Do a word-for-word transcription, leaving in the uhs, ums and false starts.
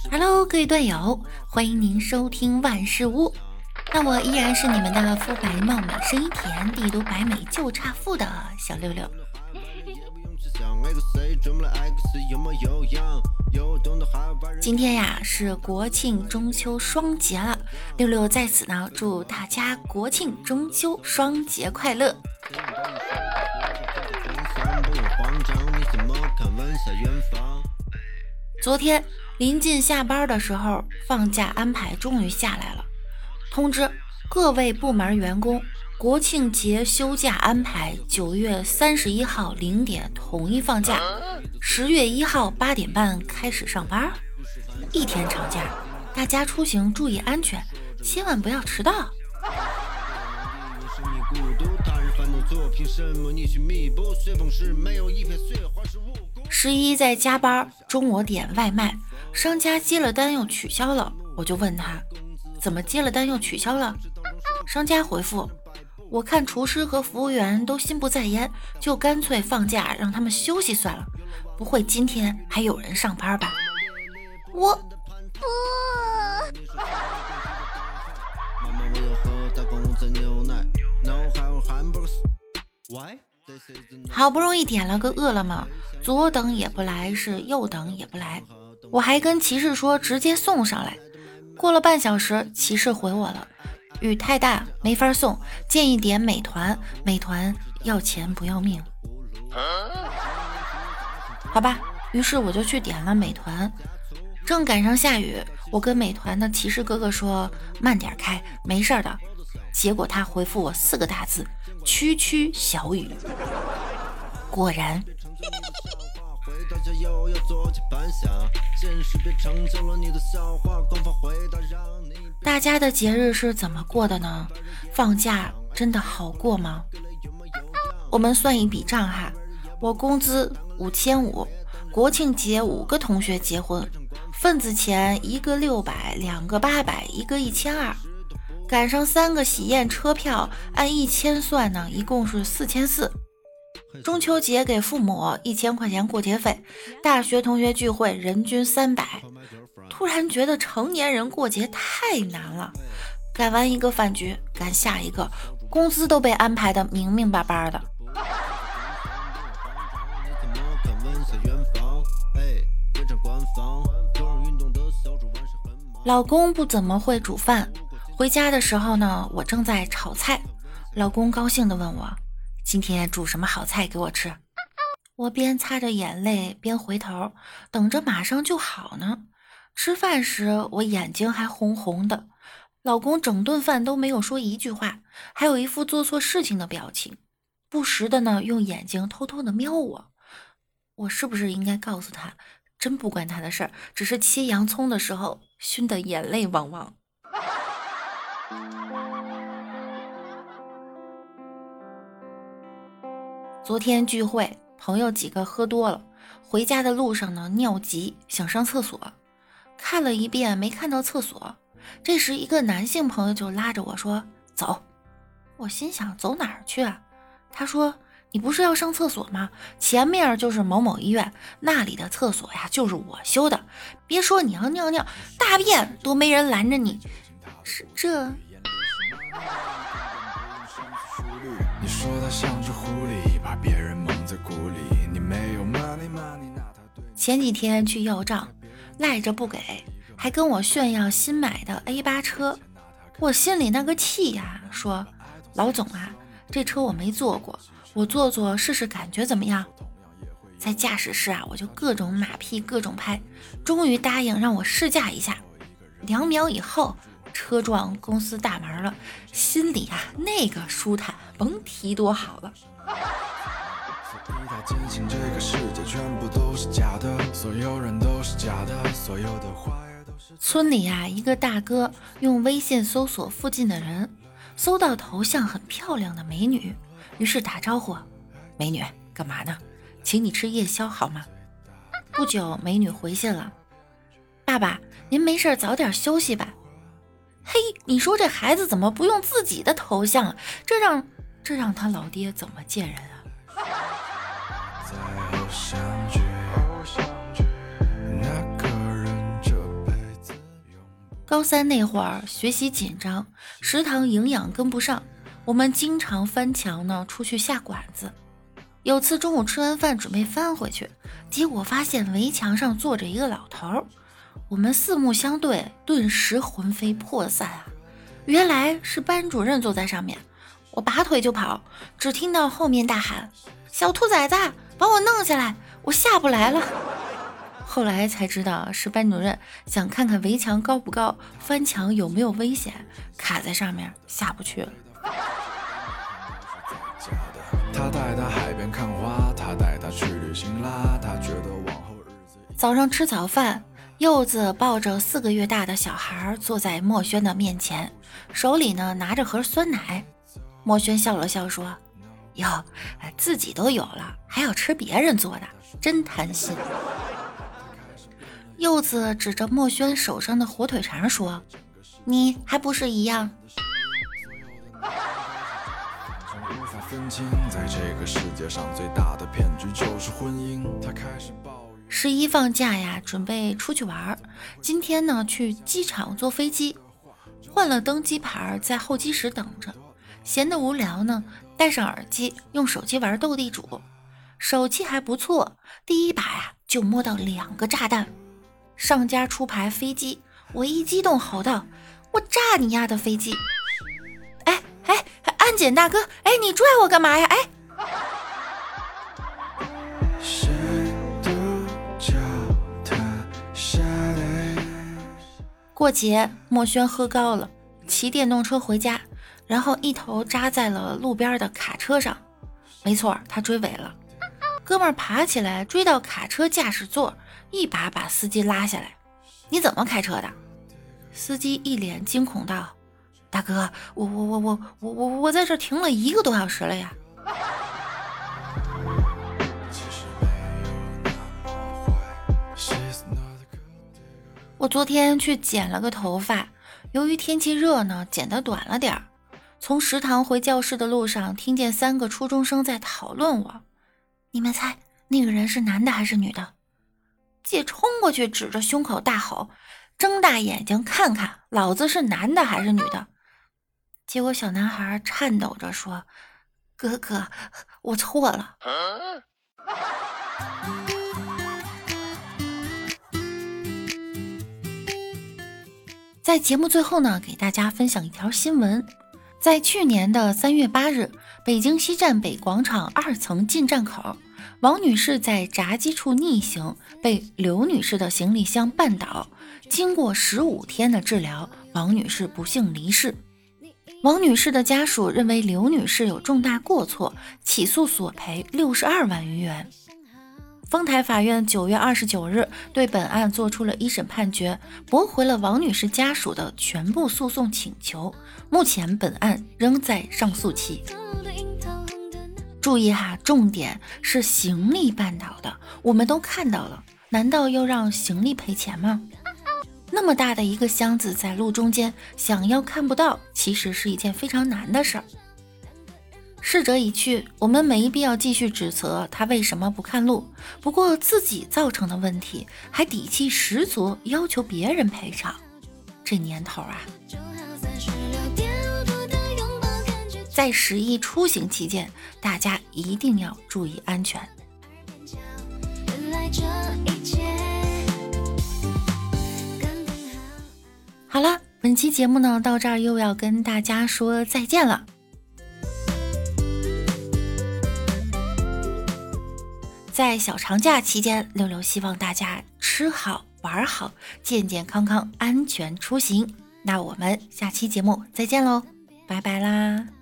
Hello，各位段友，欢迎您收听万事屋。那我依然是你们的肤白貌美、声音甜、地都白美就差富的小六六。今天呀是国庆中秋双节了，六六在此呢祝大家国庆中秋双节快乐。昨天临近下班的时候，放假安排终于下来了。通知各位部门员工，国庆节休假安排九月三十一号零点统一放假，十月一号八点半开始上班。一天长假，大家出行注意安全，千万不要迟到。十一在加班，中午点外卖，商家接了单又取消了，我就问他怎么接了单又取消了。商家回复，我看厨师和服务员都心不在焉，就干脆放假让他们休息算了，不会今天还有人上班吧？我不、好不容易点了个饿了么，左等也不来，是右等也不来，我还跟骑士说直接送上来。过了半小时，骑士回我了，雨太大没法送，建议点美团，美团要钱不要命。好吧，于是我就去点了美团。正赶上下雨，我跟美团的骑士哥哥说慢点开，没事的。结果他回复我四个大字，区区小雨。果然大家的节日是怎么过的呢？放假真的好过吗？我们算一笔账哈，我工资五千五，国庆节五个同学结婚，份子钱一个六百，两个八百，一个一千二，赶上三个喜宴车票，按一千算呢，一共是四千四。中秋节给父母一千块钱过节费，大学同学聚会人均三百。突然觉得成年人过节太难了，赶完一个饭局赶下一个，工资都被安排的明明白白的。老公不怎么会煮饭，回家的时候呢，我正在炒菜，老公高兴地问我今天煮什么好菜给我吃。我边擦着眼泪边回头等着马上就好呢。吃饭时我眼睛还红红的，老公整顿饭都没有说一句话，还有一副做错事情的表情，不时的呢用眼睛偷偷的瞄我。我是不是应该告诉他真不关他的事儿，只是切洋葱的时候熏得眼泪汪汪。昨天聚会，朋友几个喝多了，回家的路上呢尿急，想上厕所，看了一遍没看到厕所。这时一个男性朋友就拉着我说走。我心想走哪儿去啊？他说你不是要上厕所吗？前面就是某某医院，那里的厕所呀就是我修的，别说你要尿尿大便都没人拦着你。是这你说他像只狐狸，把别人蒙在鼓里，你没有 money money。 前几天去要账，赖着不给，还跟我炫耀新买的 A 八 车，我心里那个气呀，说老总啊，这车我没坐过，我坐坐试试感觉怎么样？在驾驶室啊，我就各种马屁各种拍，终于答应让我试驾一下。两秒以后车撞公司大门了，心里啊那个舒坦甭提多好了。村里啊一个大哥用微信搜索附近的人，搜到头像很漂亮的美女，于是打招呼，美女干嘛呢？请你吃夜宵好吗？不久美女回信了，爸爸您没事早点休息吧。嘿，你说这孩子怎么不用自己的头像啊？这让这让他老爹怎么见人啊？ 高三那会儿学习紧张，食堂营养跟不上，我们经常翻墙呢出去下馆子。有次中午吃完饭准备翻回去，结果发现围墙上坐着一个老头，我们四目相对，顿时魂飞魄散啊！原来是班主任坐在上面，我拔腿就跑，只听到后面大喊：小兔崽子，把我弄下来，我下不来了。后来才知道是班主任想看看围墙高不高，翻墙有没有危险，卡在上面下不去了。他带他海边看花，他带他去旅行啦，他觉得往后日子。早上吃早饭，柚子抱着四个月大的小孩坐在墨轩的面前，手里呢拿着盒酸奶。墨轩笑了笑说：哟，自己都有了，还要吃别人做的，真贪心。柚子指着墨轩手上的火腿肠说：你还不是一样。十一放假呀，准备出去玩。今天呢，去机场坐飞机，换了登机牌，在候机室等着。闲得无聊呢，戴上耳机，用手机玩斗地主，手气还不错。第一把呀，就摸到两个炸弹。上家出牌飞机，我一激动吼道：我炸你丫的飞机！哎哎，安检大哥，哎，你拽我干嘛呀？哎，过节墨轩喝高了，骑电动车回家，然后一头扎在了路边的卡车上。没错，他追尾了。哥们儿爬起来追到卡车驾驶座，一把把司机拉下来。你怎么开车的？司机一脸惊恐道：大哥，我我我我我我我在这停了一个多小时了呀。我昨天去剪了个头发，由于天气热呢，剪得短了点儿。从食堂回教室的路上，听见三个初中生在讨论我。你们猜那个人是男的还是女的？姐冲过去指着胸口大吼：睁大眼睛看看，老子是男的还是女的？结果小男孩颤抖着说：哥哥，我错了。在节目最后呢，给大家分享一条新闻。在去年的三月八日，北京西站北广场二层进站口，王女士在闸机处逆行，被刘女士的行李箱绊倒。经过十五天的治疗，王女士不幸离世。王女士的家属认为刘女士有重大过错，起诉索赔六十二万余元。丰台法院九月二十九日对本案作出了一审判决，驳回了王女士家属的全部诉讼请求。目前本案仍在上诉期。注意哈，重点是行李绊倒的，我们都看到了，难道要让行李赔钱吗？那么大的一个箱子在路中间，想要看不到，其实是一件非常难的事儿。逝者已去，我们没必要继续指责他为什么不看路，不过自己造成的问题还底气十足要求别人赔偿，这年头啊。在十一出行期间，大家一定要注意安全。好了，本期节目呢到这儿又要跟大家说再见了。在小长假期间，六六希望大家吃好玩好，健健康康，安全出行。那我们下期节目再见喽，拜拜啦。